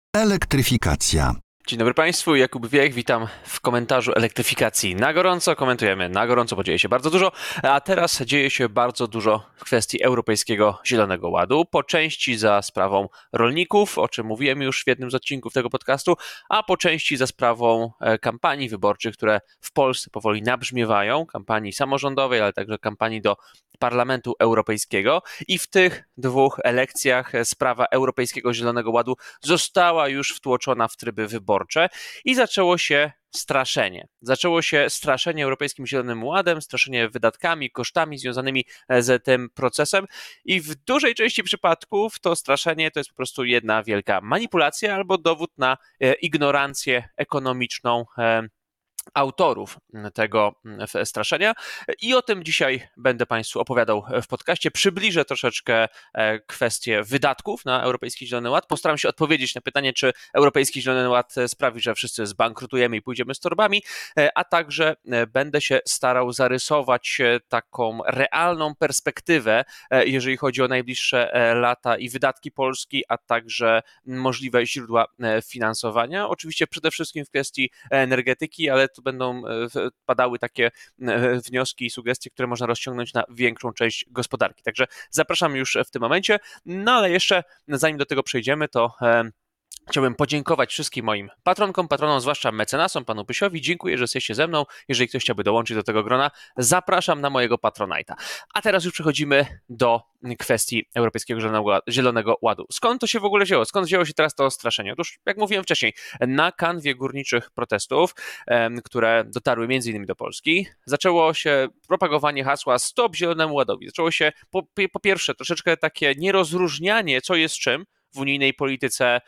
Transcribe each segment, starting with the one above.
Elektryfikacja. Dzień dobry Państwu, Jakub Wiech, witam w komentarzu elektryfikacji na gorąco. Komentujemy na gorąco, bo dzieje się bardzo dużo, a teraz dzieje się bardzo dużo w kwestii Europejskiego Zielonego Ładu, po części za sprawą rolników, o czym mówiłem już w jednym z odcinków tego podcastu, a po części za sprawą kampanii wyborczych, które w Polsce powoli nabrzmiewają, kampanii samorządowej, ale także kampanii do Parlamentu Europejskiego i w tych dwóch elekcjach sprawa Europejskiego Zielonego Ładu została już wtłoczona w tryby wyborcze i zaczęło się straszenie. Zaczęło się straszenie Europejskim Zielonym Ładem, straszenie wydatkami, kosztami związanymi z tym procesem i w dużej części przypadków to straszenie to jest po prostu jedna wielka manipulacja albo dowód na ignorancję ekonomiczną autorów tego straszenia i o tym dzisiaj będę Państwu opowiadał w podcaście. Przybliżę troszeczkę kwestię wydatków na Europejski Zielony Ład. Postaram się odpowiedzieć na pytanie, czy Europejski Zielony Ład sprawi, że wszyscy zbankrutujemy i pójdziemy z torbami, a także będę się starał zarysować taką realną perspektywę, jeżeli chodzi o najbliższe lata i wydatki Polski, a także możliwe źródła finansowania. Oczywiście przede wszystkim w kwestii energetyki, ale tu będą padały takie wnioski i sugestie, które można rozciągnąć na większą część gospodarki. Także zapraszam już w tym momencie. No ale jeszcze zanim do tego przejdziemy, to chciałbym podziękować wszystkim moim patronkom, patronom, zwłaszcza mecenasom, panu Pysiowi. Dziękuję, że jesteście ze mną. Jeżeli ktoś chciałby dołączyć do tego grona, zapraszam na mojego Patronite'a. A teraz już przechodzimy do kwestii Europejskiego Zielonego Ładu. Skąd to się w ogóle wzięło? Skąd wzięło się teraz to straszenie? Otóż, jak mówiłem wcześniej, na kanwie górniczych protestów, które dotarły m.in. do Polski, zaczęło się propagowanie hasła Stop Zielonemu Ładowi. Zaczęło się po pierwsze troszeczkę takie nierozróżnianie, co jest czym, w unijnej polityce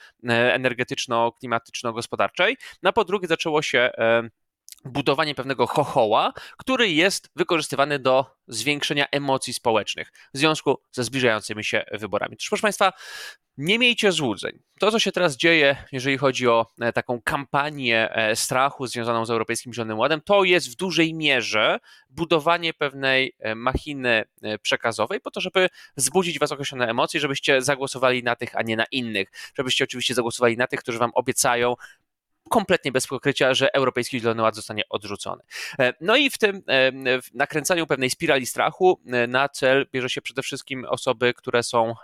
energetyczno-klimatyczno-gospodarczej. No po drugie zaczęło się budowanie pewnego chochoła, który jest wykorzystywany do zwiększenia emocji społecznych w związku ze zbliżającymi się wyborami. Proszę Państwa, nie miejcie złudzeń. To, co się teraz dzieje, jeżeli chodzi o taką kampanię strachu związaną z Europejskim Zielonym Ładem, to jest w dużej mierze budowanie pewnej machiny przekazowej po to, żeby wzbudzić was określone emocje, żebyście zagłosowali na tych, a nie na innych. Żebyście oczywiście zagłosowali na tych, którzy wam obiecają kompletnie bez pokrycia, że Europejski Zielony Ład zostanie odrzucony. No i w tym nakręcaniu pewnej spirali strachu na cel bierze się przede wszystkim osoby, które są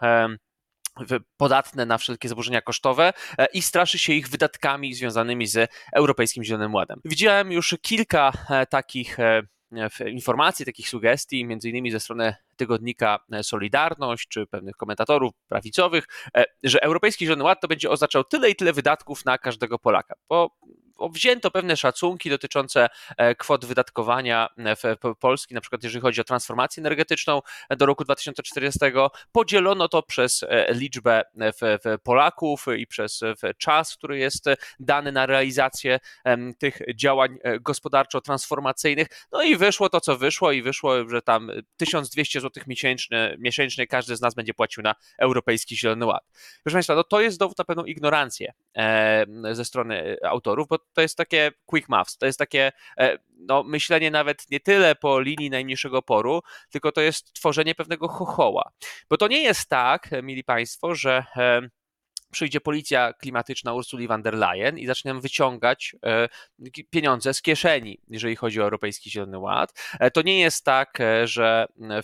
podatne na wszelkie zaburzenia kosztowe i straszy się ich wydatkami związanymi z Europejskim Zielonym Ładem. Widziałem już kilka takich informacji, takich sugestii, między innymi ze strony tygodnika Solidarność, czy pewnych komentatorów prawicowych, że Europejski Zielony Ład to będzie oznaczał tyle i tyle wydatków na każdego Polaka, bo wzięto pewne szacunki dotyczące kwot wydatkowania w Polski, na przykład jeżeli chodzi o transformację energetyczną do roku 2040, podzielono to przez liczbę Polaków i przez czas, który jest dany na realizację tych działań gospodarczo-transformacyjnych, no i wyszło to, co wyszło i wyszło, że tam 1200 zł miesięcznie każdy z nas będzie płacił na Europejski Zielony Ład. Proszę Państwa, no to jest dowód na pewną ignorancję ze strony autorów, bo to jest takie quick maths, to jest takie myślenie nawet nie tyle po linii najmniejszego oporu, tylko to jest tworzenie pewnego chochoła. Bo to nie jest tak, mili Państwo, że przyjdzie policja klimatyczna Ursuli von der Leyen i zacznie nam wyciągać pieniądze z kieszeni, jeżeli chodzi o Europejski Zielony Ład. To nie jest tak, że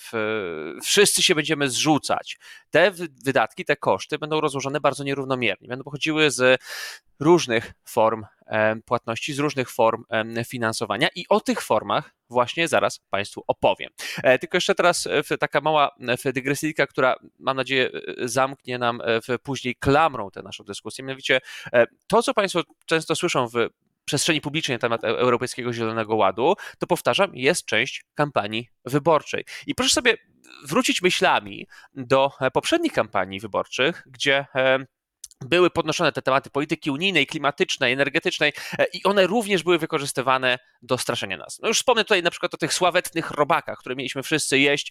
wszyscy się będziemy zrzucać. Te wydatki, te koszty będą rozłożone bardzo nierównomiernie. Będą pochodziły z różnych form płatności, z różnych form finansowania i o tych formach właśnie zaraz Państwu opowiem. Tylko jeszcze teraz taka mała dygresyjka, która mam nadzieję zamknie nam później klamrą tę naszą dyskusję. Mianowicie to, co Państwo często słyszą w przestrzeni publicznej na temat Europejskiego Zielonego Ładu, to powtarzam, jest część kampanii wyborczej. I proszę sobie wrócić myślami do poprzednich kampanii wyborczych, gdzie były podnoszone te tematy polityki unijnej, klimatycznej, energetycznej i one również były wykorzystywane do straszenia nas. No już wspomnę tutaj na przykład o tych sławetnych robakach, które mieliśmy wszyscy jeść,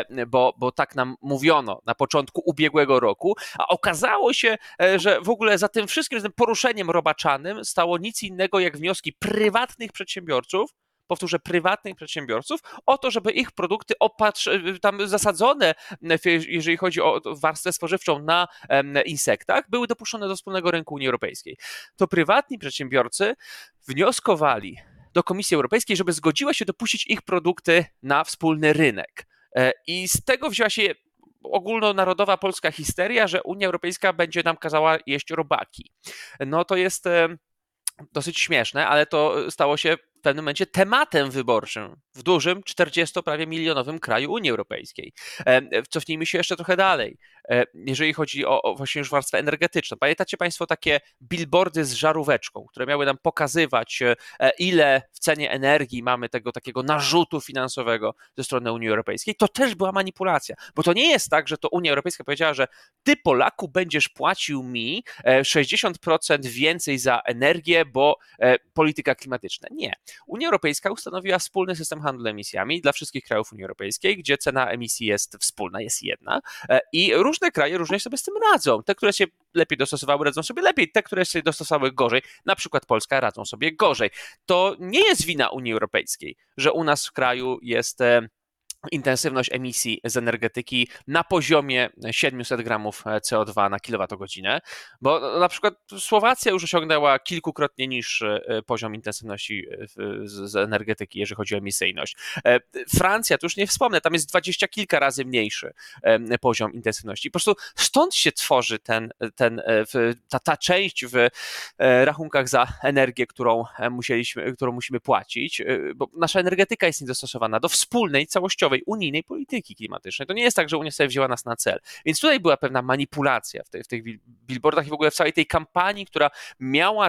bo tak nam mówiono na początku ubiegłego roku, a okazało się, że w ogóle za tym wszystkim, za tym poruszeniem robaczanym stało nic innego jak wnioski prywatnych przedsiębiorców powtórzę, prywatnych przedsiębiorców o to, żeby ich produkty tam zasadzone, jeżeli chodzi o warstwę spożywczą na insektach, były dopuszczone do wspólnego rynku Unii Europejskiej. To prywatni przedsiębiorcy wnioskowali do Komisji Europejskiej, żeby zgodziła się dopuścić ich produkty na wspólny rynek. I z tego wzięła się ogólnonarodowa polska histeria, że Unia Europejska będzie nam kazała jeść robaki. No to jest dosyć śmieszne, ale to stało się w pewnym momencie tematem wyborczym w dużym, 40 prawie milionowym kraju Unii Europejskiej. Cofnijmy się jeszcze trochę dalej. Jeżeli chodzi o właśnie już warstwę energetyczną. Pamiętacie Państwo takie billboardy z żaróweczką, które miały nam pokazywać, ile w cenie energii mamy tego takiego narzutu finansowego ze strony Unii Europejskiej? To też była manipulacja, bo to nie jest tak, że to Unia Europejska powiedziała, że ty, Polaku, będziesz płacił mi 60% więcej za energię, bo polityka klimatyczna. Nie. Unia Europejska ustanowiła wspólny system handlu emisjami dla wszystkich krajów Unii Europejskiej, gdzie cena emisji jest wspólna, jest jedna i różne kraje różnie sobie z tym radzą. Te, które się lepiej dostosowały, radzą sobie lepiej, te, które się dostosowały gorzej, na przykład Polska, radzą sobie gorzej. To nie jest wina Unii Europejskiej, że u nas w kraju jest intensywność emisji z energetyki na poziomie 700 gramów CO2 na kilowatogodzinę, bo na przykład Słowacja już osiągnęła kilkukrotnie niższy poziom intensywności z energetyki, jeżeli chodzi o emisyjność. Francja, to już nie wspomnę, tam jest 20 kilka razy mniejszy poziom intensywności. Po prostu stąd się tworzy ta część w rachunkach za energię, którą musimy płacić, bo nasza energetyka jest niedostosowana do wspólnej, całościowej unijnej polityki klimatycznej. To nie jest tak, że Unia sobie wzięła nas na cel. Więc tutaj była pewna manipulacja w tych billboardach i w ogóle w całej tej kampanii, która miała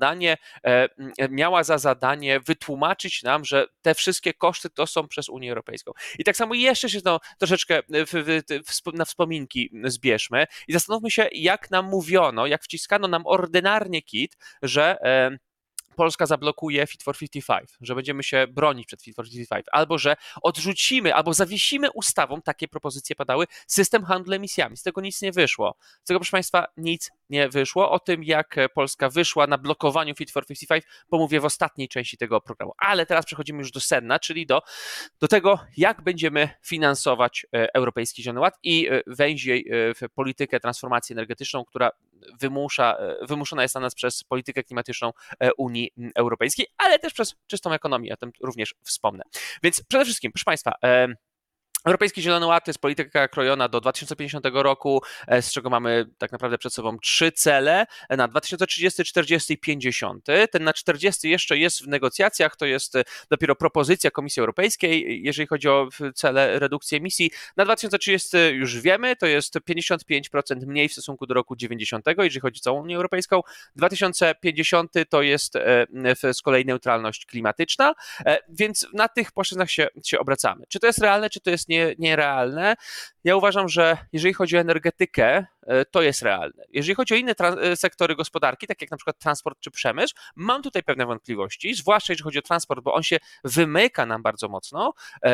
za zadanie wytłumaczyć nam, że te wszystkie koszty to są przez Unię Europejską. I tak samo jeszcze się troszeczkę na wspominki zbierzmy i zastanówmy się, jak nam mówiono, jak wciskano nam ordynarnie kit, że Polska zablokuje Fit for 55, że będziemy się bronić przed Fit for 55, albo że odrzucimy, albo zawiesimy ustawą, takie propozycje padały, system handlu emisjami. Z tego nic nie wyszło. Z tego, proszę Państwa, nic nie wyszło. O tym, jak Polska wyszła na blokowaniu Fit for 55, pomówię w ostatniej części tego programu. Ale teraz przechodzimy już do sedna, czyli do tego, jak będziemy finansować Europejski Zielony Ład i węziej w politykę transformacji energetyczną, która wymuszona jest na nas przez politykę klimatyczną Unii Europejskiej, ale też przez czystą ekonomię, o tym również wspomnę. Więc przede wszystkim, proszę Państwa, Europejski Zielony Ład to jest polityka krojona do 2050 roku, z czego mamy tak naprawdę przed sobą 3 cele na 2030, 40 i 50. Ten na 40 jeszcze jest w negocjacjach, to jest dopiero propozycja Komisji Europejskiej, jeżeli chodzi o cele redukcji emisji. Na 2030 już wiemy, to jest 55% mniej w stosunku do roku 90, jeżeli chodzi o całą Unię Europejską. 2050 to jest z kolei neutralność klimatyczna, więc na tych płaszczyznach się obracamy. Czy to jest realne, czy to jest nierealne? Ja uważam, że jeżeli chodzi o energetykę, to jest realne. Jeżeli chodzi o inne sektory gospodarki, tak jak na przykład transport czy przemysł, mam tutaj pewne wątpliwości, zwłaszcza jeżeli chodzi o transport, bo on się wymyka nam bardzo mocno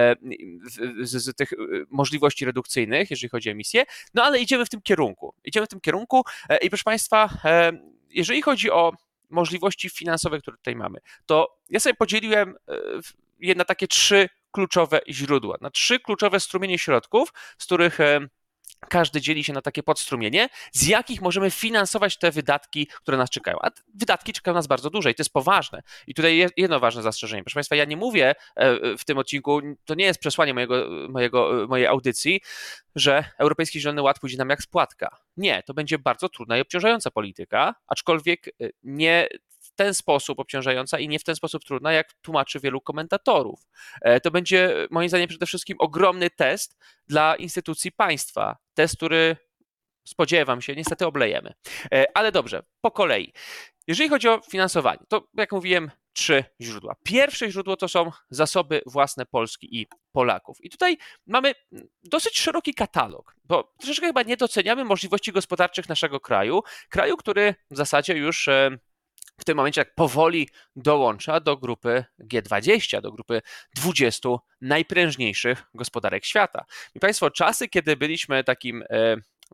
z tych możliwości redukcyjnych, jeżeli chodzi o emisję, no ale idziemy w tym kierunku. I proszę Państwa, jeżeli chodzi o możliwości finansowe, które tutaj mamy, to ja sobie podzieliłem je na takie 3 kluczowe źródła, na 3 kluczowe strumienie środków, z których każdy dzieli się na takie podstrumienie, z jakich możemy finansować te wydatki, które nas czekają. A wydatki czekają nas bardzo duże i to jest poważne. I tutaj jedno ważne zastrzeżenie. Proszę Państwa, ja nie mówię w tym odcinku, to nie jest przesłanie mojej audycji, że Europejski Zielony Ład pójdzie nam jak z płatka. Nie, to będzie bardzo trudna i obciążająca polityka, aczkolwiek nie w ten sposób obciążająca i nie w ten sposób trudna, jak tłumaczy wielu komentatorów. To będzie moim zdaniem przede wszystkim ogromny test dla instytucji państwa. Test, który spodziewam się, niestety oblejemy. Ale dobrze, po kolei. Jeżeli chodzi o finansowanie, to jak mówiłem, 3 źródła. Pierwsze źródło to są zasoby własne Polski i Polaków. I tutaj mamy dosyć szeroki katalog, bo troszeczkę chyba nie doceniamy możliwości gospodarczych naszego kraju, który w zasadzie już w tym momencie tak powoli dołącza do grupy G20, do grupy 20 najprężniejszych gospodarek świata. I Państwo, czasy, kiedy byliśmy takim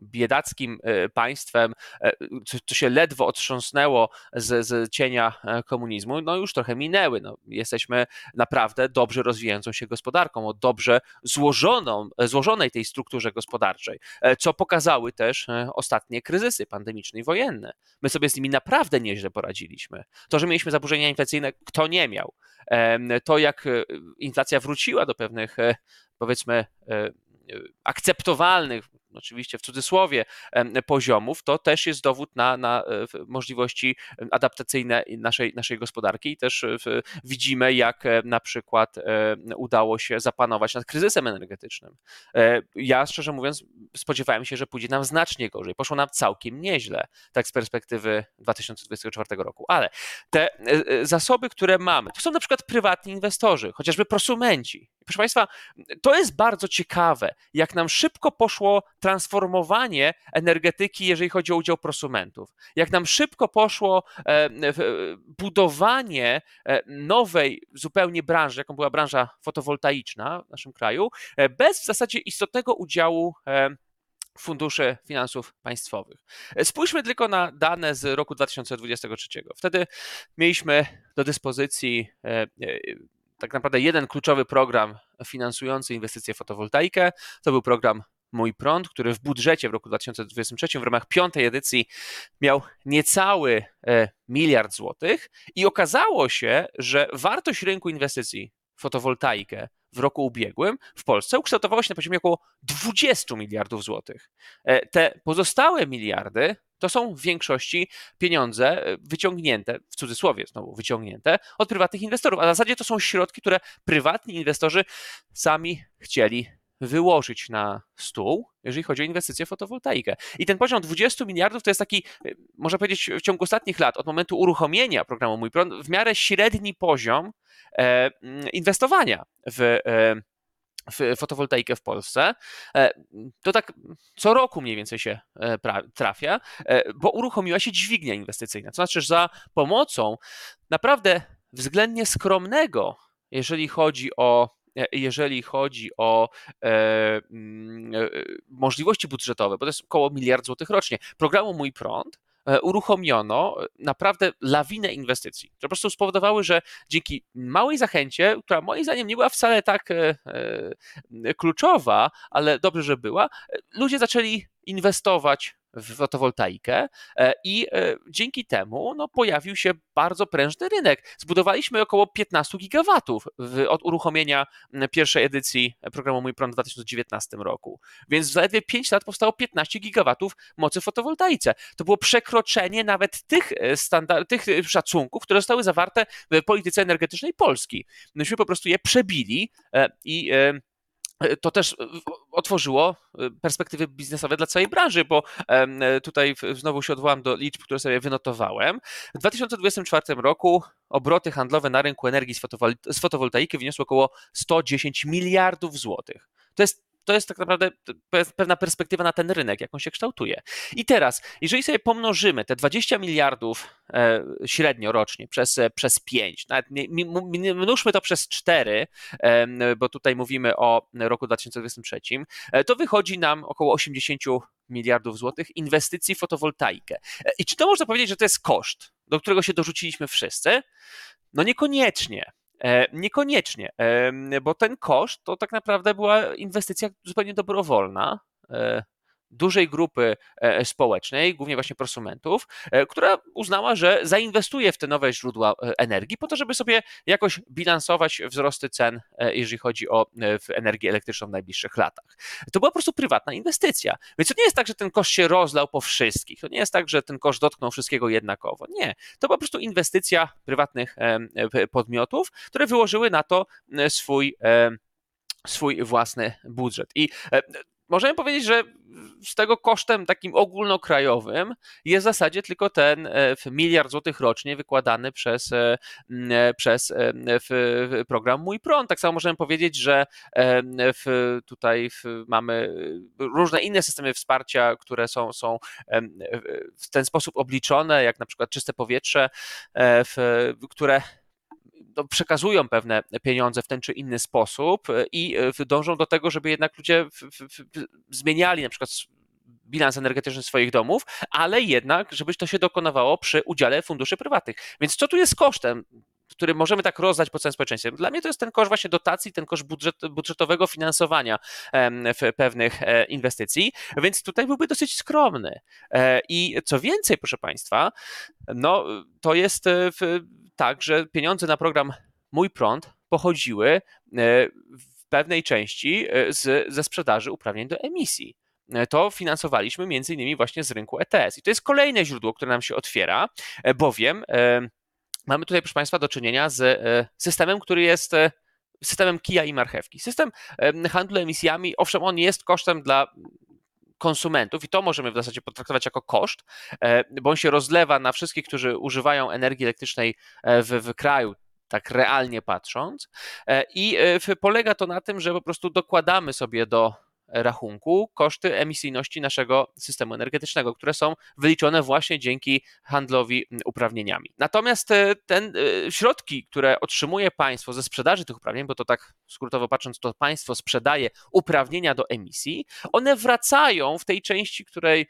biedackim państwem, co się ledwo otrząsnęło z cienia komunizmu, no już trochę minęły. No, jesteśmy naprawdę dobrze rozwijającą się gospodarką, o dobrze złożonej tej strukturze gospodarczej, co pokazały też ostatnie kryzysy pandemiczne i wojenne. My sobie z nimi naprawdę nieźle poradziliśmy. To, że mieliśmy zaburzenia inflacyjne, kto nie miał? To, jak inflacja wróciła do pewnych, powiedzmy, akceptowalnych, oczywiście w cudzysłowie, poziomów, to też jest dowód na możliwości adaptacyjne naszej gospodarki i też widzimy, jak na przykład udało się zapanować nad kryzysem energetycznym. Ja, szczerze mówiąc, spodziewałem się, że pójdzie nam znacznie gorzej. Poszło nam całkiem nieźle, tak z perspektywy 2024 roku, ale te zasoby, które mamy, to są na przykład prywatni inwestorzy, chociażby prosumenci. Proszę Państwa, to jest bardzo ciekawe, jak nam szybko poszło transformowanie energetyki, jeżeli chodzi o udział prosumentów. Jak nam szybko poszło budowanie nowej zupełnie branży, jaką była branża fotowoltaiczna w naszym kraju, bez w zasadzie istotnego udziału funduszy finansów państwowych. Spójrzmy tylko na dane z roku 2023. Wtedy mieliśmy do dyspozycji tak naprawdę jeden kluczowy program finansujący inwestycje w fotowoltaikę. To był program Mój Prąd, który w budżecie w roku 2023 w ramach 5. edycji miał niecały 1 miliard złotych i okazało się, że wartość rynku inwestycji w fotowoltaikę w roku ubiegłym w Polsce ukształtowało się na poziomie około 20 miliardów złotych. Te pozostałe miliardy to są w większości pieniądze wyciągnięte, w cudzysłowie znowu wyciągnięte, od prywatnych inwestorów, a w zasadzie to są środki, które prywatni inwestorzy sami chcieli wyłożyć na stół, jeżeli chodzi o inwestycje w fotowoltaikę. I ten poziom 20 miliardów to jest taki, można powiedzieć, w ciągu ostatnich lat, od momentu uruchomienia programu Mój Prąd, w miarę średni poziom inwestowania w fotowoltaikę w Polsce. To tak co roku mniej więcej się trafia, bo uruchomiła się dźwignia inwestycyjna. To znaczy, że za pomocą naprawdę względnie skromnego, jeżeli chodzi o możliwości budżetowe, bo to jest około 1 miliard złotych rocznie, programu Mój Prąd, uruchomiono naprawdę lawinę inwestycji, które po prostu spowodowały, że dzięki małej zachęcie, która moim zdaniem nie była wcale tak kluczowa, ale dobrze, że była, ludzie zaczęli inwestować w fotowoltaikę i dzięki temu pojawił się bardzo prężny rynek. Zbudowaliśmy około 15 gigawatów od uruchomienia pierwszej edycji programu Mój Prąd w 2019 roku. Więc w zaledwie 5 lat powstało 15 gigawatów mocy w fotowoltaice. To było przekroczenie nawet tych szacunków, które zostały zawarte w polityce energetycznej Polski. Myśmy po prostu je przebili i to też otworzyło perspektywy biznesowe dla całej branży, bo tutaj znowu się odwołam do liczb, które sobie wynotowałem. W 2024 roku obroty handlowe na rynku energii z fotowoltaiki wyniosły około 110 miliardów złotych. To jest tak naprawdę pewna perspektywa na ten rynek, jak on się kształtuje. I teraz, jeżeli sobie pomnożymy te 20 miliardów średnio rocznie przez 5, nawet mnóżmy to przez 4, bo tutaj mówimy o roku 2023, to wychodzi nam około 80 miliardów złotych inwestycji w fotowoltaikę. I czy to można powiedzieć, że to jest koszt, do którego się dorzuciliśmy wszyscy? No niekoniecznie. Niekoniecznie, bo ten koszt to tak naprawdę była inwestycja zupełnie dobrowolna, dużej grupy społecznej, głównie właśnie prosumentów, która uznała, że zainwestuje w te nowe źródła energii po to, żeby sobie jakoś bilansować wzrosty cen, jeżeli chodzi o energię elektryczną w najbliższych latach. To była po prostu prywatna inwestycja. Więc to nie jest tak, że ten koszt się rozlał po wszystkich. To nie jest tak, że ten koszt dotknął wszystkiego jednakowo. Nie. To była po prostu inwestycja prywatnych podmiotów, które wyłożyły na to swój własny budżet. I możemy powiedzieć, że z tego kosztem takim ogólnokrajowym jest w zasadzie tylko ten 1 miliard złotych rocznie wykładany przez program Mój Prąd. Tak samo możemy powiedzieć, że tutaj mamy różne inne systemy wsparcia, które są w ten sposób obliczone, jak na przykład czyste powietrze, które przekazują pewne pieniądze w ten czy inny sposób i dążą do tego, żeby jednak ludzie zmieniali na przykład bilans energetyczny swoich domów, ale jednak, żeby to się dokonywało przy udziale funduszy prywatnych. Więc co tu jest kosztem, który możemy tak rozdać po całym społeczeństwie? Dla mnie to jest ten koszt właśnie dotacji, ten koszt budżetowego finansowania pewnych inwestycji, więc tutaj byłby dosyć skromny. I co więcej, proszę Państwa, no to jest tak, że pieniądze na program Mój Prąd pochodziły w pewnej części ze sprzedaży uprawnień do emisji. To finansowaliśmy między innymi właśnie z rynku ETS. I to jest kolejne źródło, które nam się otwiera, bowiem mamy tutaj, proszę Państwa, do czynienia z systemem, który jest systemem kija i marchewki. System handlu emisjami, owszem, on jest kosztem dla konsumentów i to możemy w zasadzie potraktować jako koszt, bo on się rozlewa na wszystkich, którzy używają energii elektrycznej w kraju, tak realnie patrząc, i polega to na tym, że po prostu dokładamy sobie do rachunku koszty emisyjności naszego systemu energetycznego, które są wyliczone właśnie dzięki handlowi uprawnieniami. Natomiast środki, które otrzymuje państwo ze sprzedaży tych uprawnień, bo to tak skrótowo patrząc, to państwo sprzedaje uprawnienia do emisji, one wracają w tej części, której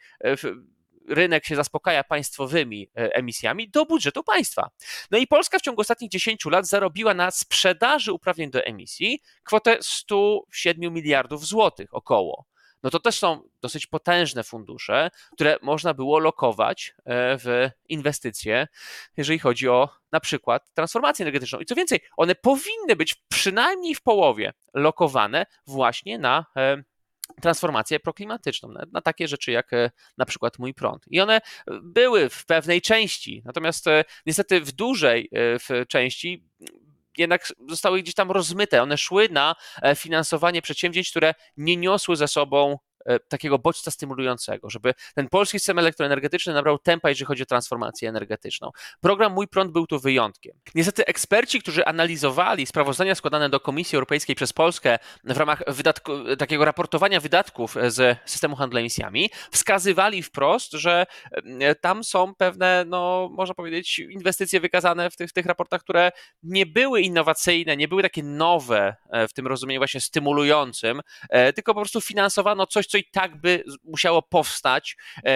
rynek się zaspokaja państwowymi emisjami do budżetu państwa. No i Polska w ciągu ostatnich 10 lat zarobiła na sprzedaży uprawnień do emisji kwotę 107 miliardów złotych około. No to też są dosyć potężne fundusze, które można było lokować w inwestycje, jeżeli chodzi o na przykład transformację energetyczną. I co więcej, one powinny być przynajmniej w połowie lokowane właśnie na transformację proklimatyczną, na takie rzeczy jak na przykład Mój Prąd. I one były w pewnej części, natomiast niestety w dużej w części jednak zostały gdzieś tam rozmyte. One szły na finansowanie przedsięwzięć, które nie niosły ze sobą takiego bodźca stymulującego, żeby ten polski system elektroenergetyczny nabrał tempa, jeżeli chodzi o transformację energetyczną. Program Mój Prąd był tu wyjątkiem. Niestety eksperci, którzy analizowali sprawozdania składane do Komisji Europejskiej przez Polskę w ramach takiego raportowania wydatków z systemu handlu emisjami, wskazywali wprost, że tam są pewne, no można powiedzieć, inwestycje wykazane w tych raportach, które nie były innowacyjne, nie były takie nowe w tym rozumieniu właśnie stymulującym, tylko po prostu finansowano coś, co i tak by musiało powstać,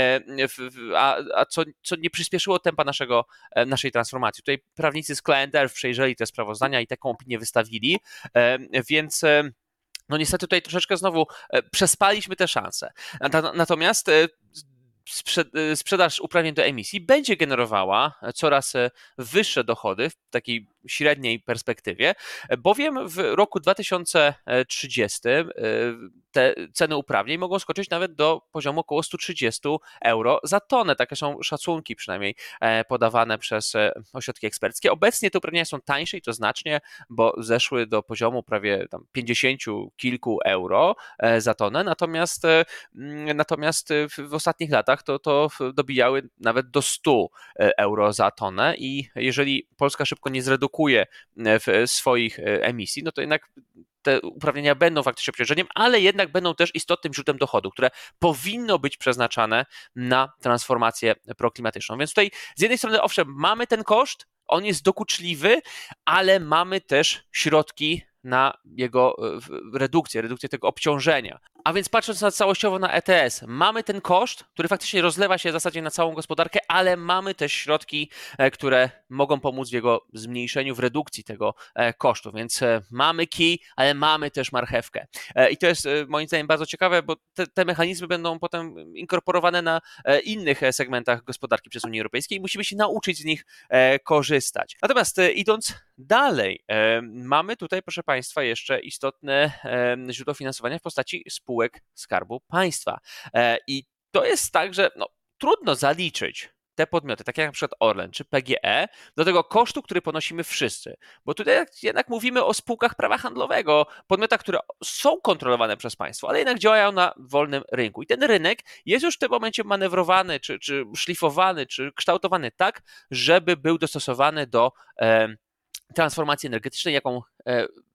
a co nie przyspieszyło tempa naszej transformacji. Tutaj prawnicy z K&R przejrzeli te sprawozdania i taką opinię wystawili, więc no niestety tutaj troszeczkę znowu przespaliśmy te szanse. Natomiast sprzedaż uprawnień do emisji będzie generowała coraz wyższe dochody w takiej średniej perspektywie, bowiem w roku 2030 te ceny uprawnień mogą skoczyć nawet do poziomu około 130 euro za tonę. Takie są szacunki przynajmniej podawane przez ośrodki eksperckie. Obecnie te uprawnienia są tańsze i to znacznie, bo zeszły do poziomu prawie tam 50 kilku euro za tonę, natomiast w ostatnich latach to dobijały nawet do 100 euro za tonę i jeżeli Polska szybko nie zredukuje swoich emisji, no to jednak te uprawnienia będą faktycznie obciążeniem, ale jednak będą też istotnym źródłem dochodu, które powinno być przeznaczane na transformację proklimatyczną. Więc tutaj z jednej strony, owszem, mamy ten koszt, on jest dokuczliwy, ale mamy też środki na jego redukcję tego obciążenia. A więc patrząc całościowo na ETS, mamy ten koszt, który faktycznie rozlewa się w zasadzie na całą gospodarkę, ale mamy też środki, które mogą pomóc w jego zmniejszeniu, w redukcji tego kosztu. Więc mamy kij, ale mamy też marchewkę. I to jest moim zdaniem bardzo ciekawe, bo te mechanizmy będą potem inkorporowane na innych segmentach gospodarki przez Unię Europejską i musimy się nauczyć z nich korzystać. Natomiast idąc dalej, mamy tutaj, proszę Państwa, jeszcze istotne źródło finansowania w postaci spółek Skarbu Państwa. I to jest tak, że trudno zaliczyć te podmioty, takie jak na przykład Orlen czy PGE, do tego kosztu, który ponosimy wszyscy. Bo tutaj jednak mówimy o spółkach prawa handlowego, podmiotach, które są kontrolowane przez państwo, ale jednak działają na wolnym rynku. I ten rynek jest już w tym momencie manewrowany, czy szlifowany, czy kształtowany tak, żeby był dostosowany do transformacji energetycznej, jaką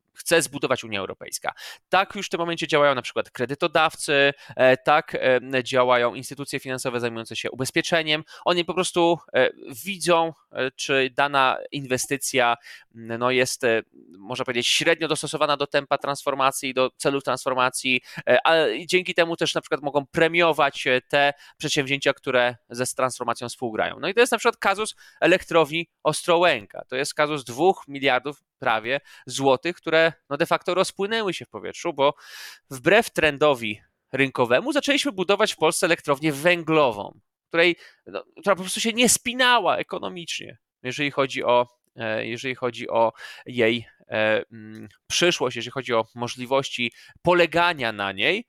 chce zbudować Unia Europejska. Tak już w tym momencie działają na przykład kredytodawcy, tak działają instytucje finansowe zajmujące się ubezpieczeniem. Oni po prostu widzą, czy dana inwestycja no jest, można powiedzieć, średnio dostosowana do tempa transformacji, do celów transformacji, a dzięki temu też na przykład mogą premiować te przedsięwzięcia, które ze transformacją współgrają. No i to jest na przykład kazus elektrowni Ostrołęka. To jest kazus 2 miliardów prawie złotych, które no de facto rozpłynęły się w powietrzu, bo wbrew trendowi rynkowemu zaczęliśmy budować w Polsce elektrownię węglową, która po prostu się nie spinała ekonomicznie, jeżeli chodzi o jej przyszłość, jeżeli chodzi o możliwości polegania na niej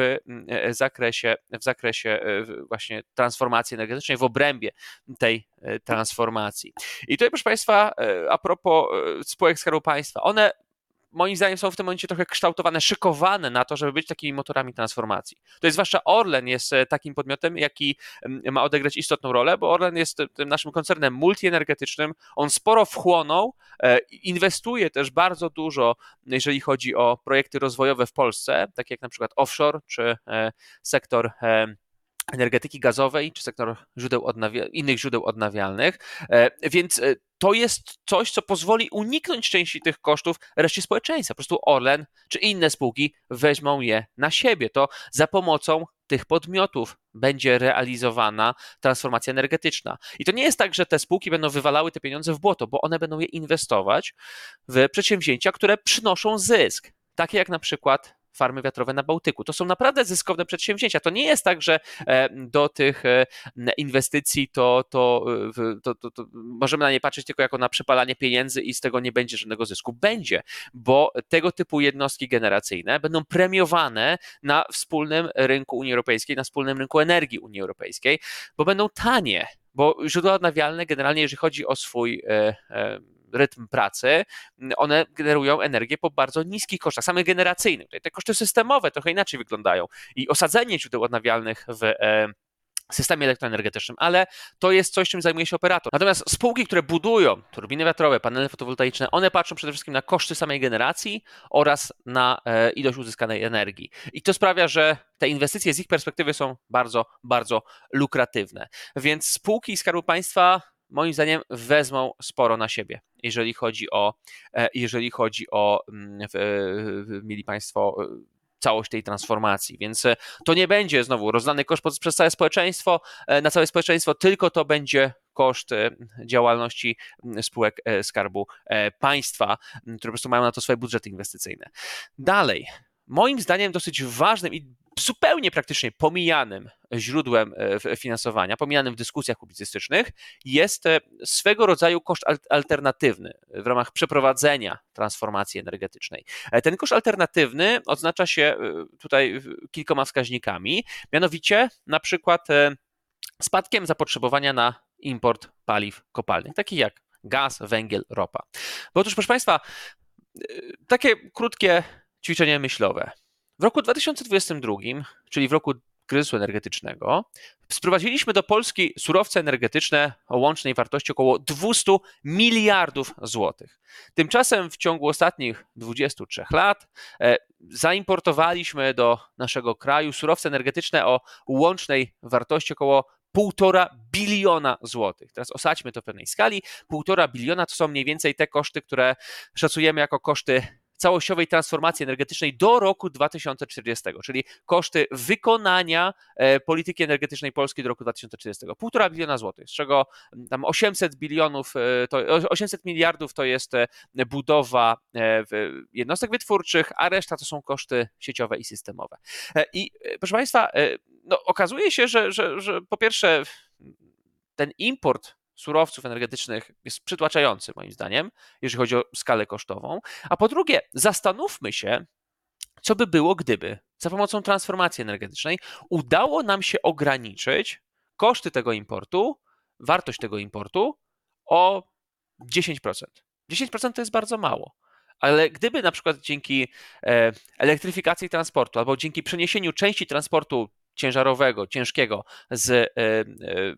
w zakresie właśnie transformacji energetycznej, w obrębie tej transformacji. I tutaj, proszę Państwa, a propos spółek Skarbu Państwa, one moim zdaniem są w tym momencie trochę kształtowane, szykowane na to, żeby być takimi motorami transformacji. To jest zwłaszcza Orlen jest takim podmiotem, jaki ma odegrać istotną rolę, bo Orlen jest tym naszym koncernem multienergetycznym, on sporo wchłonął, inwestuje też bardzo dużo, jeżeli chodzi o projekty rozwojowe w Polsce, takie jak na przykład offshore, czy sektor energetyki gazowej, czy sektor innych źródeł odnawialnych, więc to jest coś, co pozwoli uniknąć części tych kosztów reszcie społeczeństwa. Po prostu Orlen czy inne spółki weźmą je na siebie. To za pomocą tych podmiotów będzie realizowana transformacja energetyczna. I to nie jest tak, że te spółki będą wywalały te pieniądze w błoto, bo one będą je inwestować w przedsięwzięcia, które przynoszą zysk. Takie jak na przykład farmy wiatrowe na Bałtyku. To są naprawdę zyskowne przedsięwzięcia. To nie jest tak, że do tych inwestycji to możemy na nie patrzeć tylko jako na przepalanie pieniędzy i z tego nie będzie żadnego zysku. Będzie, bo tego typu jednostki generacyjne będą premiowane na wspólnym rynku Unii Europejskiej, na wspólnym rynku energii Unii Europejskiej, bo będą tanie, bo źródła odnawialne generalnie, jeżeli chodzi o swój rytm pracy, one generują energię po bardzo niskich kosztach, samych generacyjnych. Tutaj te koszty systemowe trochę inaczej wyglądają i osadzenie źródeł odnawialnych w systemie elektroenergetycznym, ale to jest coś, czym zajmuje się operator. Natomiast spółki, które budują turbiny wiatrowe, panele fotowoltaiczne, one patrzą przede wszystkim na koszty samej generacji oraz na ilość uzyskanej energii. I to sprawia, że te inwestycje z ich perspektywy są bardzo, bardzo lukratywne. Więc spółki Skarbu Państwa moim zdaniem wezmą sporo na siebie, jeżeli chodzi o mieli Państwo całość tej transformacji, więc to nie będzie znowu rozlany koszt przez całe społeczeństwo, na całe społeczeństwo, tylko to będzie koszt działalności spółek Skarbu Państwa, które po prostu mają na to swoje budżety inwestycyjne. Dalej, moim zdaniem dosyć ważnym i zupełnie praktycznie pomijanym źródłem finansowania, pomijanym w dyskusjach publicystycznych, jest swego rodzaju koszt alternatywny w ramach przeprowadzenia transformacji energetycznej. Ten koszt alternatywny odznacza się tutaj kilkoma wskaźnikami, mianowicie na przykład spadkiem zapotrzebowania na import paliw kopalnych, takich jak gaz, węgiel, ropa. Bo otóż, proszę Państwa, takie krótkie ćwiczenie myślowe. W roku 2022, czyli w roku kryzysu energetycznego, sprowadziliśmy do Polski surowce energetyczne o łącznej wartości około 200 miliardów złotych. Tymczasem w ciągu ostatnich 23 lat zaimportowaliśmy do naszego kraju surowce energetyczne o łącznej wartości około 1,5 biliona złotych. Teraz osadźmy to w pewnej skali. 1,5 biliona to są mniej więcej te koszty, które szacujemy jako koszty całościowej transformacji energetycznej do roku 2040, czyli koszty wykonania polityki energetycznej Polski do roku 2040. 1,5 biliona złotych, z czego tam 800 miliardów to jest budowa jednostek wytwórczych, a reszta to są koszty sieciowe i systemowe. I proszę Państwa, no, okazuje się, że po pierwsze ten import surowców energetycznych jest przytłaczający moim zdaniem, jeżeli chodzi o skalę kosztową, a po drugie zastanówmy się, co by było, gdyby za pomocą transformacji energetycznej udało nam się ograniczyć koszty tego importu, wartość tego importu o 10%. 10% to jest bardzo mało, ale gdyby na przykład dzięki elektryfikacji transportu albo dzięki przeniesieniu części transportu ciężarowego, ciężkiego z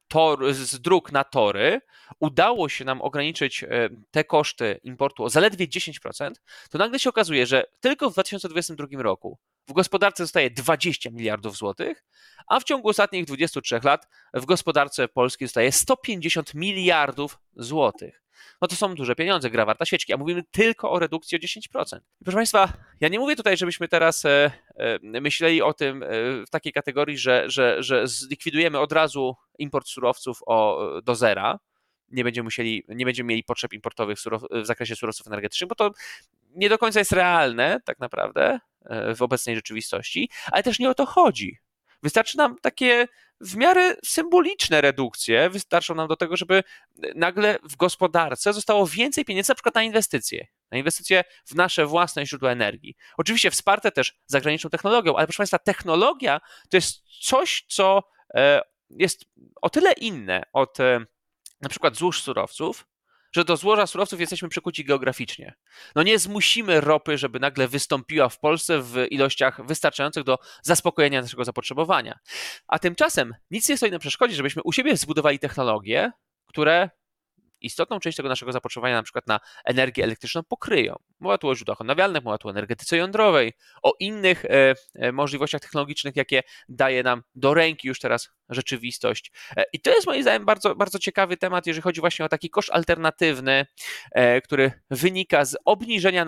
z dróg na tory, udało się nam ograniczyć te koszty importu o zaledwie 10%, to nagle się okazuje, że tylko w 2022 roku w gospodarce zostaje 20 miliardów złotych, a w ciągu ostatnich 23 lat w gospodarce polskiej zostaje 150 miliardów złotych. No to są duże pieniądze, gra warta świeczki, a mówimy tylko o redukcji o 10%. Proszę Państwa, ja nie mówię tutaj, żebyśmy teraz myśleli o tym w takiej kategorii, że zlikwidujemy od razu import surowców do zera, nie będziemy mieli potrzeb importowych w zakresie surowców energetycznych, bo to nie do końca jest realne tak naprawdę w obecnej rzeczywistości, ale też nie o to chodzi. Wystarczy nam takie w miarę symboliczne redukcje, wystarczą nam do tego, żeby nagle w gospodarce zostało więcej pieniędzy na przykład na inwestycje w nasze własne źródła energii. Oczywiście wsparte też zagraniczną technologią, ale proszę Państwa, technologia to jest coś, co jest o tyle inne od na przykład złóż surowców, że do złoża surowców jesteśmy przykuci geograficznie. No nie zmusimy ropy, żeby nagle wystąpiła w Polsce w ilościach wystarczających do zaspokojenia naszego zapotrzebowania. A tymczasem nic nie stoi na przeszkodzie, żebyśmy u siebie zbudowali technologie, które istotną część tego naszego zapotrzebowania na przykład na energię elektryczną pokryją. Mowa tu o źródłach odnawialnych, mowa tu o energetyce jądrowej, o innych możliwościach technologicznych, jakie daje nam do ręki już teraz rzeczywistość. I to jest moim zdaniem bardzo, bardzo ciekawy temat, jeżeli chodzi właśnie o taki koszt alternatywny, który wynika z obniżenia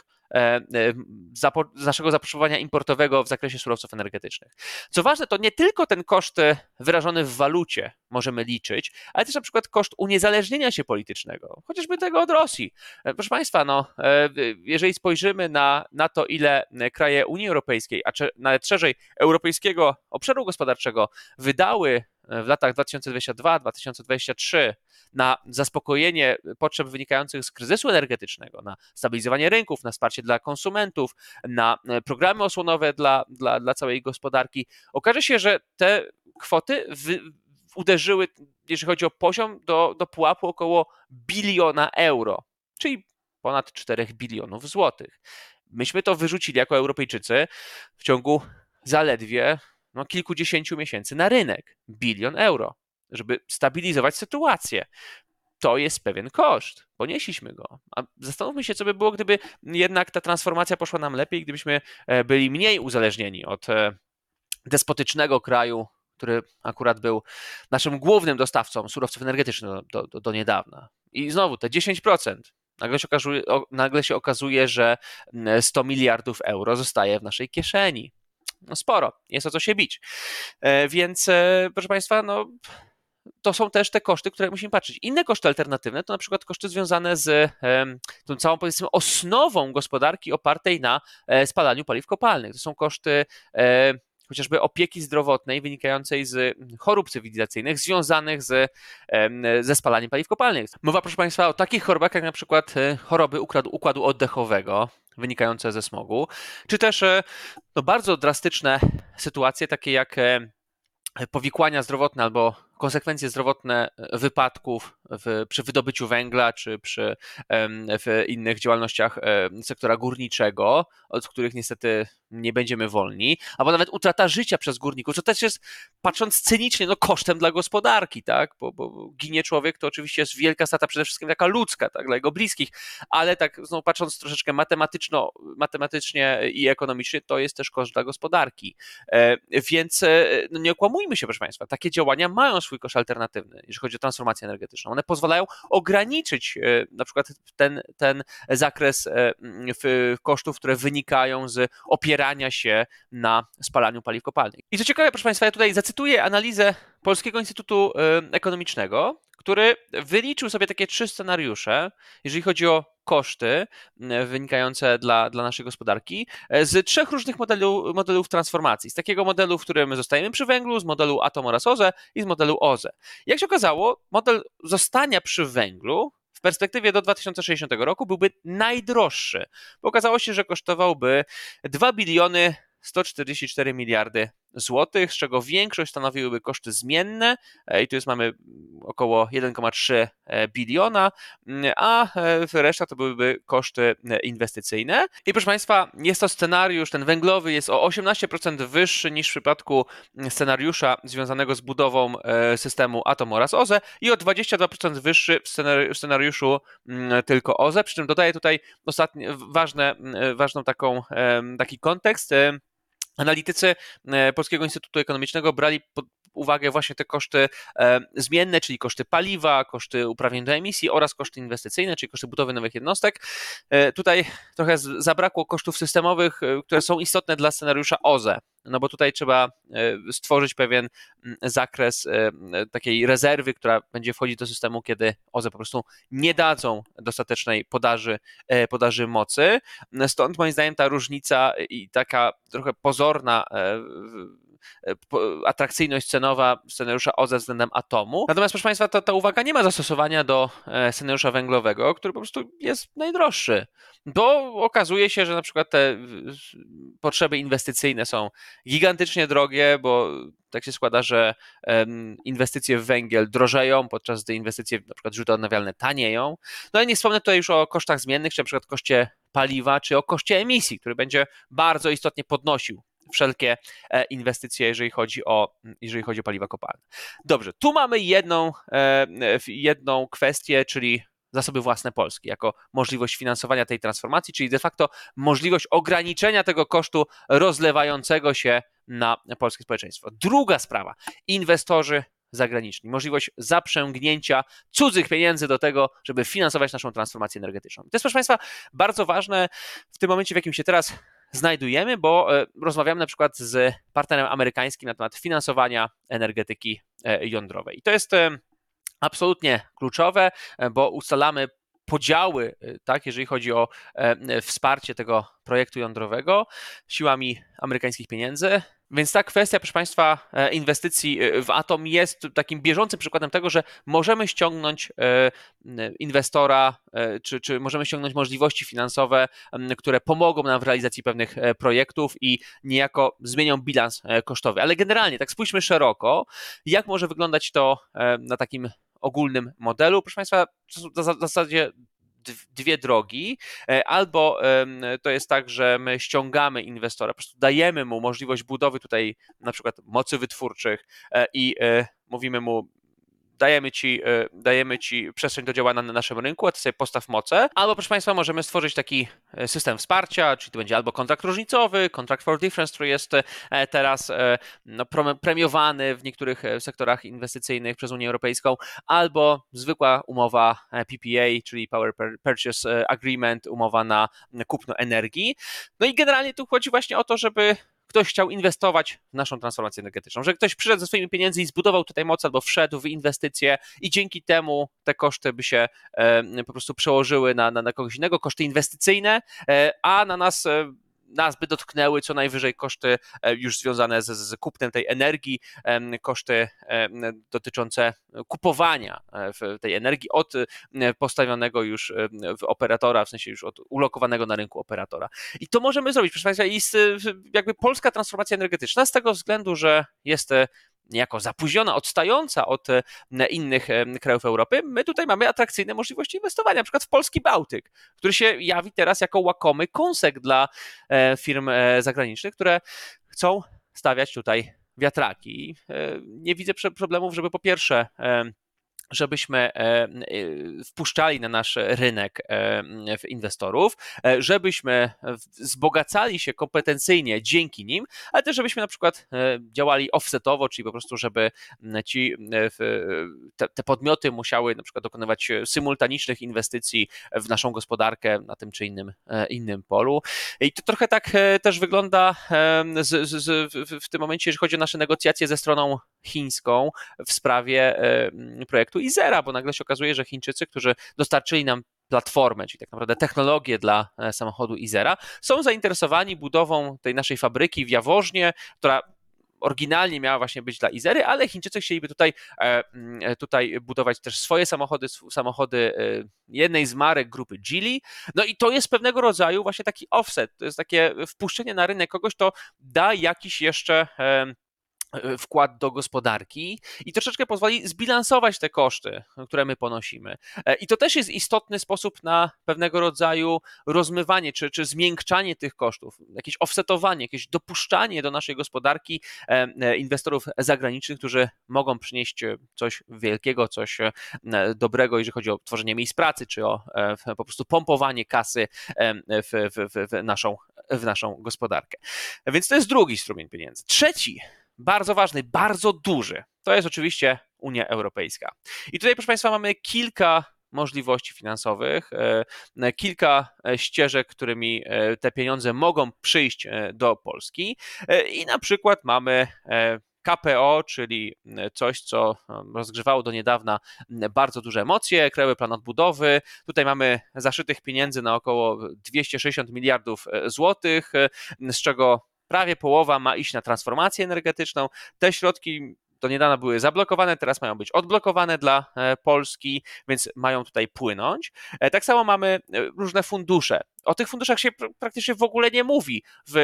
naszego zapotrzebowania importowego w zakresie surowców energetycznych. Co ważne, to nie tylko ten koszt wyrażony w walucie możemy liczyć, ale też na przykład koszt uniezależnienia się politycznego, chociażby tego od Rosji. Proszę Państwa, jeżeli spojrzymy na to, ile kraje Unii Europejskiej, a nawet szerzej Europejskiego Obszaru Gospodarczego wydały w latach 2022-2023 na zaspokojenie potrzeb wynikających z kryzysu energetycznego, na stabilizowanie rynków, na wsparcie dla konsumentów, na programy osłonowe dla całej gospodarki, okaże się, że te kwoty uderzyły, jeżeli chodzi o poziom, do pułapu około biliona euro, czyli ponad 4 bilionów złotych. Myśmy to wyrzucili jako Europejczycy w ciągu zaledwie kilkudziesięciu miesięcy na rynek. 1 bilion euro, żeby stabilizować sytuację. To jest pewien koszt. Ponieśliśmy go. A zastanówmy się, co by było, gdyby jednak ta transformacja poszła nam lepiej, gdybyśmy byli mniej uzależnieni od despotycznego kraju, który akurat był naszym głównym dostawcą surowców energetycznych do niedawna. I znowu te 10%. Nagle się okazuje, że 100 miliardów euro zostaje w naszej kieszeni. No sporo, jest o co się bić. Więc proszę Państwa, to są też te koszty, które musimy patrzeć. Inne koszty alternatywne to na przykład koszty związane z tą całą, powiedzmy, osnową gospodarki opartej na spalaniu paliw kopalnych. To są koszty chociażby opieki zdrowotnej wynikającej z chorób cywilizacyjnych związanych ze spalaniem paliw kopalnych. Mowa, proszę Państwa, o takich chorobach jak na przykład choroby układu oddechowego wynikające ze smogu, czy też bardzo drastyczne sytuacje takie jak powikłania zdrowotne albo konsekwencje zdrowotne wypadków przy wydobyciu węgla czy w innych działalnościach sektora górniczego, od których niestety nie będziemy wolni, albo nawet utrata życia przez górników, co też jest, patrząc cynicznie, kosztem dla gospodarki, tak? Bo ginie człowiek, to oczywiście jest wielka strata przede wszystkim taka ludzka, tak? Dla jego bliskich, ale tak znowu patrząc troszeczkę matematycznie i ekonomicznie, to jest też koszt dla gospodarki. Więc nie okłamujmy się, proszę Państwa, takie działania mają swój koszt alternatywny, jeżeli chodzi o transformację energetyczną. One pozwalają ograniczyć na przykład ten zakres kosztów, które wynikają z opierania się na spalaniu paliw kopalnych. I co ciekawe, proszę Państwa, ja tutaj zacytuję analizę Polskiego Instytutu Ekonomicznego, który wyliczył sobie takie 3 scenariusze, jeżeli chodzi o koszty wynikające dla naszej gospodarki z 3 różnych modelów transformacji. Z takiego modelu, w którym zostajemy przy węglu, z modelu atom oraz OZE i z modelu OZE. Jak się okazało, model zostania przy węglu w perspektywie do 2060 roku byłby najdroższy, bo okazało się, że kosztowałby 2 biliony 144 miliardy zł, z czego większość stanowiłyby koszty zmienne i tu jest mamy około 1,3 biliona, a reszta to byłyby koszty inwestycyjne. I proszę Państwa, jest to scenariusz, ten węglowy jest o 18% wyższy niż w przypadku scenariusza związanego z budową systemu Atom oraz OZE i o 22% wyższy w scenariuszu tylko OZE, przy czym dodaję tutaj ważną taki kontekst. Analitycy Polskiego Instytutu Ekonomicznego brali pod uwagę właśnie te koszty zmienne, czyli koszty paliwa, koszty uprawnień do emisji oraz koszty inwestycyjne, czyli koszty budowy nowych jednostek. Tutaj trochę zabrakło kosztów systemowych, które są istotne dla scenariusza OZE, no bo tutaj trzeba stworzyć pewien zakres takiej rezerwy, która będzie wchodzić do systemu, kiedy OZE po prostu nie dadzą dostatecznej podaży mocy. Stąd moim zdaniem ta różnica i taka trochę pozorna atrakcyjność cenowa scenariusza OZE względem atomu. Natomiast, proszę Państwa, ta uwaga nie ma zastosowania do scenariusza węglowego, który po prostu jest najdroższy, bo okazuje się, że na przykład te potrzeby inwestycyjne są gigantycznie drogie, bo tak się składa, że inwestycje w węgiel drożeją, podczas gdy inwestycje w na przykład źródła odnawialne tanieją. No i nie wspomnę tutaj już o kosztach zmiennych, czy na przykład koszcie paliwa, czy o koszcie emisji, który będzie bardzo istotnie podnosił wszelkie inwestycje, jeżeli chodzi o paliwa kopalne. Dobrze, tu mamy jedną kwestię, czyli zasoby własne Polski, jako możliwość finansowania tej transformacji, czyli de facto możliwość ograniczenia tego kosztu rozlewającego się na polskie społeczeństwo. Druga sprawa, inwestorzy zagraniczni, możliwość zaprzęgnięcia cudzych pieniędzy do tego, żeby finansować naszą transformację energetyczną. To jest, proszę Państwa, bardzo ważne w tym momencie, w jakim się teraz znajdujemy, bo rozmawiamy na przykład z partnerem amerykańskim na temat finansowania energetyki jądrowej. I to jest absolutnie kluczowe, bo ustalamy podziały, tak, jeżeli chodzi o wsparcie tego projektu jądrowego siłami amerykańskich pieniędzy. Więc ta kwestia, proszę Państwa, inwestycji w atom jest takim bieżącym przykładem tego, że możemy ściągnąć inwestora, czy możemy ściągnąć możliwości finansowe, które pomogą nam w realizacji pewnych projektów i niejako zmienią bilans kosztowy. Ale generalnie, tak spójrzmy szeroko, jak może wyglądać to na takim ogólnym modelu. Proszę Państwa, to są w zasadzie dwie drogi. Albo to jest tak, że my ściągamy inwestora, po prostu dajemy mu możliwość budowy tutaj na przykład mocy wytwórczych i mówimy mu, dajemy ci przestrzeń do działania na naszym rynku, a ty sobie postaw moce. Albo, proszę Państwa, możemy stworzyć taki system wsparcia, czyli to będzie albo kontrakt różnicowy, contract for difference, który jest teraz premiowany w niektórych sektorach inwestycyjnych przez Unię Europejską, albo zwykła umowa PPA, czyli Power Purchase Agreement, umowa na kupno energii. No i generalnie tu chodzi właśnie o to, żeby ktoś chciał inwestować w naszą transformację energetyczną, że ktoś przyszedł ze swoimi pieniędzy i zbudował tutaj moc albo wszedł w inwestycje i dzięki temu te koszty by się po prostu przełożyły na kogoś innego, koszty inwestycyjne, a na nas by dotknęły co najwyżej koszty już związane z kupnem tej energii, koszty dotyczące kupowania tej energii od postawionego już w operatora, w sensie już od ulokowanego na rynku operatora. I to możemy zrobić, proszę Państwa, i jakby polska transformacja energetyczna z tego względu, że jest niejako zapóźniona, odstająca od innych krajów Europy, my tutaj mamy atrakcyjne możliwości inwestowania, na przykład w polski Bałtyk, który się jawi teraz jako łakomy kąsek dla firm zagranicznych, które chcą stawiać tutaj wiatraki. Nie widzę problemów, żeby po pierwsze żebyśmy wpuszczali na nasz rynek inwestorów, żebyśmy wzbogacali się kompetencyjnie dzięki nim, ale też żebyśmy na przykład działali offsetowo, czyli po prostu, żeby te podmioty musiały na przykład dokonywać symultanicznych inwestycji w naszą gospodarkę na tym czy innym polu. I to trochę tak też wygląda w tym momencie, jeżeli chodzi o nasze negocjacje ze stroną chińską w sprawie projektu Izera, bo nagle się okazuje, że Chińczycy, którzy dostarczyli nam platformę, czyli tak naprawdę technologię dla samochodu Izera, są zainteresowani budową tej naszej fabryki w Jaworznie, która oryginalnie miała właśnie być dla Izery, ale Chińczycy chcieliby tutaj budować też swoje samochody jednej z marek grupy Geely. No i to jest pewnego rodzaju właśnie taki offset, to jest takie wpuszczenie na rynek kogoś, kto da jakiś jeszcze wkład do gospodarki i troszeczkę pozwoli zbilansować te koszty, które my ponosimy. I to też jest istotny sposób na pewnego rodzaju rozmywanie czy zmiękczanie tych kosztów, jakieś offsetowanie, jakieś dopuszczanie do naszej gospodarki inwestorów zagranicznych, którzy mogą przynieść coś wielkiego, coś dobrego, jeżeli chodzi o tworzenie miejsc pracy, czy o po prostu pompowanie kasy w naszą gospodarkę. Więc to jest drugi strumień pieniędzy. Trzeci, bardzo ważny, bardzo duży, to jest oczywiście Unia Europejska. I tutaj, proszę Państwa, mamy kilka możliwości finansowych, kilka ścieżek, którymi te pieniądze mogą przyjść do Polski i na przykład mamy KPO, czyli coś, co rozgrzewało do niedawna bardzo duże emocje, Krajowy Plan Odbudowy. Tutaj mamy zaszytych pieniędzy na około 260 miliardów złotych, z czego prawie połowa ma iść na transformację energetyczną. Te środki do niedawna były zablokowane, teraz mają być odblokowane dla Polski, więc mają tutaj płynąć. Tak samo mamy różne fundusze. O tych funduszach się praktycznie w ogóle nie mówi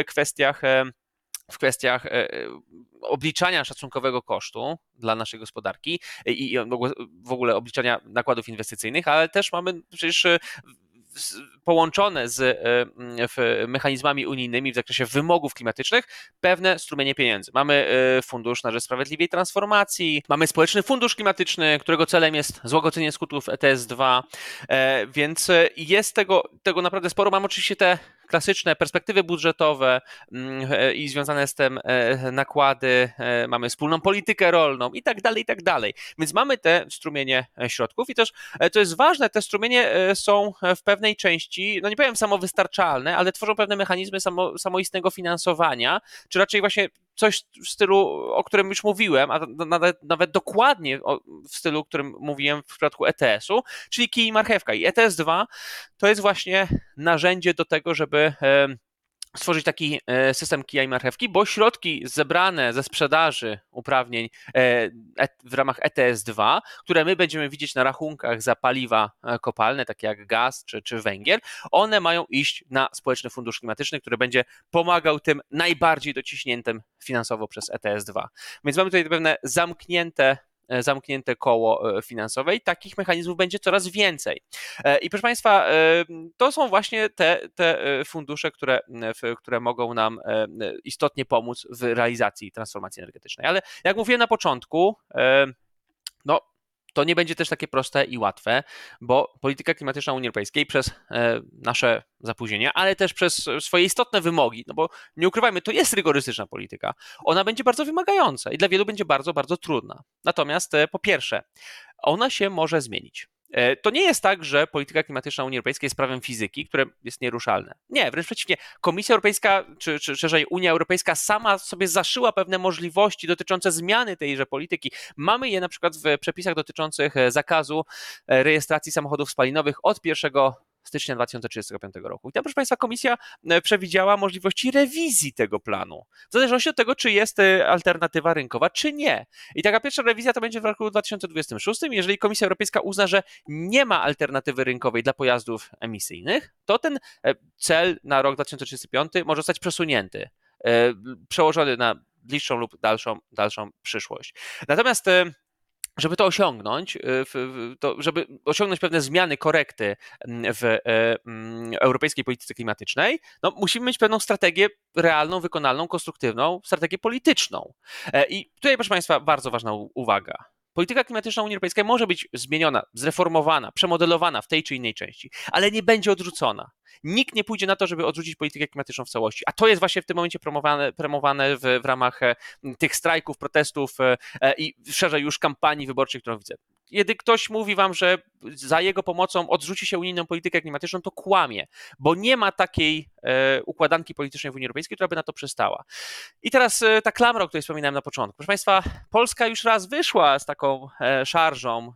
w kwestiach obliczania szacunkowego kosztu dla naszej gospodarki i w ogóle obliczania nakładów inwestycyjnych, ale też mamy przecież połączone z mechanizmami unijnymi w zakresie wymogów klimatycznych pewne strumienie pieniędzy. Mamy Fundusz na rzecz Sprawiedliwej Transformacji, mamy Społeczny Fundusz Klimatyczny, którego celem jest złagodzenie skutków ETS2, więc jest tego naprawdę sporo. Mamy oczywiście te klasyczne perspektywy budżetowe i związane z tym nakłady, mamy wspólną politykę rolną i tak dalej, i tak dalej. Więc mamy te strumienie środków i też, co jest ważne, te strumienie są w pewnej części, no nie powiem samowystarczalne, ale tworzą pewne mechanizmy samoistnego finansowania, czy raczej właśnie coś w stylu, o którym już mówiłem, a nawet dokładnie w stylu, o którym mówiłem w przypadku ETS-u, czyli kij i marchewka. I ETS-2 to jest właśnie narzędzie do tego, żeby stworzyć taki system kija i marchewki, bo środki zebrane ze sprzedaży uprawnień w ramach ETS-2, które my będziemy widzieć na rachunkach za paliwa kopalne, takie jak gaz czy węgiel, one mają iść na Społeczny Fundusz Klimatyczny, który będzie pomagał tym najbardziej dociśniętym finansowo przez ETS-2. Więc mamy tutaj pewne zamknięte koło finansowe i takich mechanizmów będzie coraz więcej. I proszę Państwa, to są właśnie te fundusze, które mogą nam istotnie pomóc w realizacji transformacji energetycznej. Ale jak mówiłem na początku, no to nie będzie też takie proste i łatwe, bo polityka klimatyczna Unii Europejskiej przez nasze zapóźnienia, ale też przez swoje istotne wymogi, no bo nie ukrywajmy, to jest rygorystyczna polityka, ona będzie bardzo wymagająca i dla wielu będzie bardzo, bardzo trudna. Natomiast po pierwsze, ona się może zmienić. To nie jest tak, że polityka klimatyczna Unii Europejskiej jest prawem fizyki, które jest nieruszalne. Nie, wręcz przeciwnie. Komisja Europejska, czy szerzej Unia Europejska sama sobie zaszyła pewne możliwości dotyczące zmiany tejże polityki. Mamy je na przykład w przepisach dotyczących zakazu rejestracji samochodów spalinowych od 1 stycznia 2035 roku. I tam, proszę Państwa, Komisja przewidziała możliwości rewizji tego planu, w zależności od tego, czy jest alternatywa rynkowa, czy nie. I taka pierwsza rewizja to będzie w roku 2026. Jeżeli Komisja Europejska uzna, że nie ma alternatywy rynkowej dla pojazdów emisyjnych, to ten cel na rok 2035 może zostać przesunięty, przełożony na bliższą lub dalszą przyszłość. Natomiast żeby to osiągnąć, żeby osiągnąć pewne zmiany, korekty w europejskiej polityce klimatycznej, no musimy mieć pewną strategię realną, wykonalną, konstruktywną, strategię polityczną. I tutaj, proszę Państwa, bardzo ważna uwaga. Polityka klimatyczna Unii Europejskiej może być zmieniona, zreformowana, przemodelowana w tej czy innej części, ale nie będzie odrzucona. Nikt nie pójdzie na to, żeby odrzucić politykę klimatyczną w całości, a to jest właśnie w tym momencie promowane w ramach tych strajków, protestów i szerzej już kampanii wyborczej, którą widzę. Kiedy ktoś mówi wam, że za jego pomocą odrzuci się unijną politykę klimatyczną, to kłamie, bo nie ma takiej układanki politycznej w Unii Europejskiej, która by na to przystała. I teraz ta klamra, o której wspominałem na początku. Proszę Państwa, Polska już raz wyszła z taką szarżą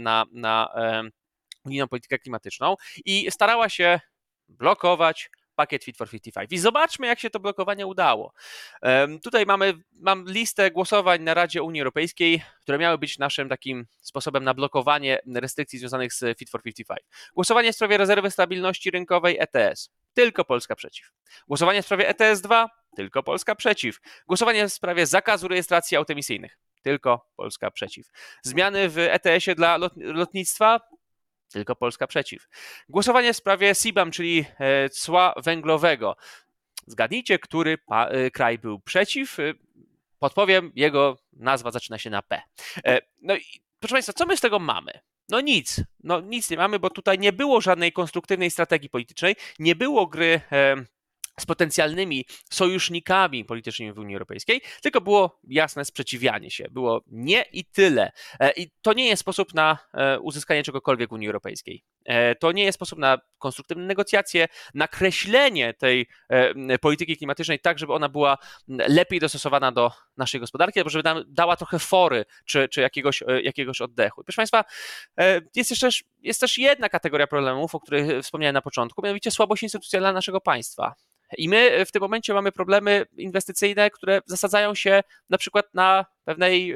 na unijną politykę klimatyczną i starała się blokować pakiet Fit for 55. I zobaczmy, jak się to blokowanie udało. Tutaj mam listę głosowań na Radzie Unii Europejskiej, które miały być naszym takim sposobem na blokowanie restrykcji związanych z Fit for 55. Głosowanie w sprawie rezerwy stabilności rynkowej ETS. tylko Polska przeciw. Głosowanie w sprawie ETS-2, tylko Polska przeciw. Głosowanie w sprawie zakazu rejestracji aut emisyjnych, tylko Polska przeciw. Zmiany w ETS-ie dla lotnictwa, tylko Polska przeciw. Głosowanie w sprawie CBAM, czyli cła węglowego. Zgadnijcie, który kraj był przeciw. Podpowiem, jego nazwa zaczyna się na P. No i proszę Państwa, co my z tego mamy? No nic nie mamy, bo tutaj nie było żadnej konstruktywnej strategii politycznej, nie było gry z potencjalnymi sojusznikami politycznymi w Unii Europejskiej, tylko było jasne sprzeciwianie się. Było nie i tyle. I to nie jest sposób na uzyskanie czegokolwiek w Unii Europejskiej. To nie jest sposób na konstruktywne negocjacje, nakreślenie tej polityki klimatycznej tak, żeby ona była lepiej dostosowana do naszej gospodarki, albo żeby nam dała trochę fory czy jakiegoś oddechu. Proszę Państwa, jest też jedna kategoria problemów, o których wspomniałem na początku, mianowicie słabość instytucjonalna naszego państwa. I my w tym momencie mamy problemy inwestycyjne, które zasadzają się na przykład na pewnej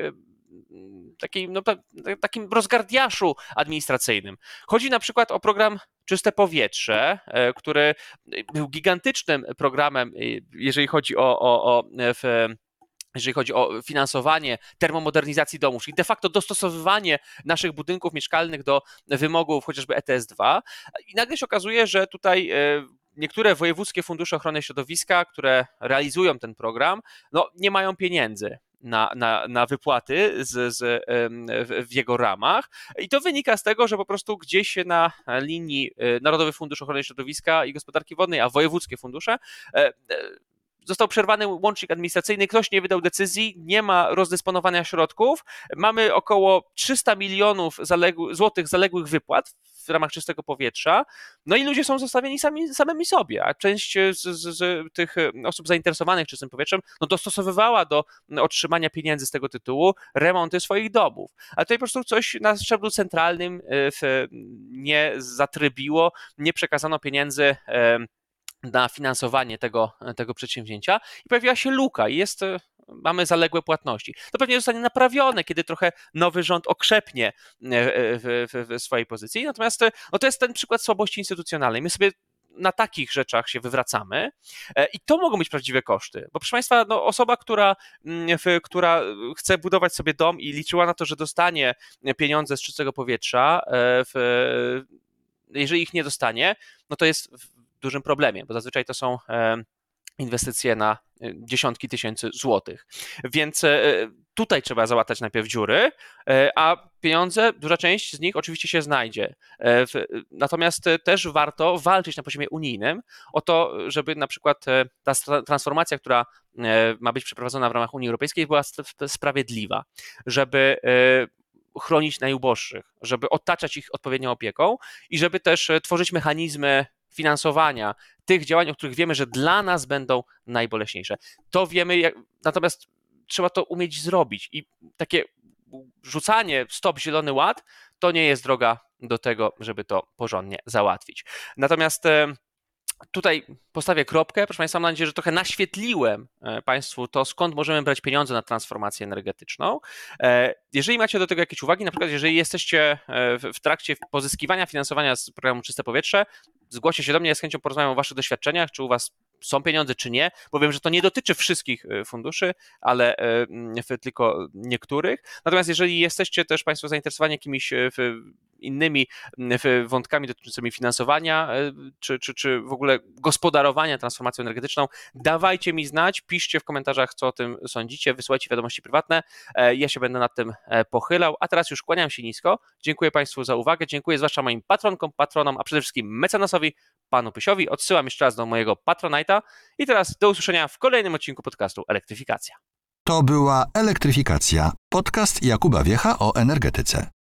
takim rozgardiaszu administracyjnym. Chodzi na przykład o program Czyste Powietrze, który był gigantycznym programem, jeżeli chodzi o finansowanie termomodernizacji domów, czyli de facto dostosowywanie naszych budynków mieszkalnych do wymogów chociażby ETS-2. I nagle się okazuje, że tutaj niektóre wojewódzkie fundusze ochrony środowiska, które realizują ten program, nie mają pieniędzy na wypłaty w jego ramach. I to wynika z tego, że po prostu gdzieś na linii Narodowy Fundusz Ochrony Środowiska i Gospodarki Wodnej, a wojewódzkie fundusze został przerwany łącznik administracyjny, ktoś nie wydał decyzji, nie ma rozdysponowania środków, mamy około 300 milionów złotych zaległych wypłat w ramach Czystego Powietrza, no i ludzie są zostawieni samymi sobie, a część z tych osób zainteresowanych Czystym Powietrzem dostosowywała do otrzymania pieniędzy z tego tytułu remonty swoich domów. A tutaj po prostu coś na szczeblu centralnym nie zatrybiło, nie przekazano pieniędzy na finansowanie tego przedsięwzięcia i pojawiła się luka i mamy zaległe płatności. To pewnie zostanie naprawione, kiedy trochę nowy rząd okrzepnie w swojej pozycji. Natomiast to jest ten przykład słabości instytucjonalnej. My sobie na takich rzeczach się wywracamy i to mogą być prawdziwe koszty. Bo proszę Państwa, osoba, która chce budować sobie dom i liczyła na to, że dostanie pieniądze z czystego powietrza, jeżeli ich nie dostanie, to jest w dużym problemie, bo zazwyczaj to są inwestycje na dziesiątki tysięcy złotych. Więc tutaj trzeba załatać najpierw dziury, a pieniądze, duża część z nich oczywiście się znajdzie. Natomiast też warto walczyć na poziomie unijnym o to, żeby na przykład ta transformacja, która ma być przeprowadzona w ramach Unii Europejskiej, była sprawiedliwa, żeby chronić najuboższych, żeby otaczać ich odpowiednią opieką i żeby też tworzyć mechanizmy finansowania tych działań, o których wiemy, że dla nas będą najboleśniejsze. To wiemy, natomiast trzeba to umieć zrobić i takie rzucanie stop zielony ład to nie jest droga do tego, żeby to porządnie załatwić. Natomiast tutaj postawię kropkę. Proszę Państwa, mam nadzieję, że trochę naświetliłem Państwu to, skąd możemy brać pieniądze na transformację energetyczną. Jeżeli macie do tego jakieś uwagi, na przykład jeżeli jesteście w trakcie pozyskiwania finansowania z programu Czyste Powietrze, zgłoście się do mnie, ja z chęcią porozmawiam o Waszych doświadczeniach, czy u Was są pieniądze, czy nie, bo wiem, że to nie dotyczy wszystkich funduszy, ale tylko niektórych. Natomiast jeżeli jesteście też Państwo zainteresowani jakimiś innymi wątkami dotyczącymi finansowania, czy w ogóle gospodarowania transformacją energetyczną, dawajcie mi znać, piszcie w komentarzach, co o tym sądzicie, wysyłajcie wiadomości prywatne, ja się będę nad tym pochylał, a teraz już kłaniam się nisko, dziękuję Państwu za uwagę, dziękuję zwłaszcza moim patronkom, patronom, a przede wszystkim mecenasowi, panu Pysiowi, odsyłam jeszcze raz do mojego Patronite'a i teraz do usłyszenia w kolejnym odcinku podcastu Elektryfikacja. To była Elektryfikacja, podcast Jakuba Wiecha o energetyce.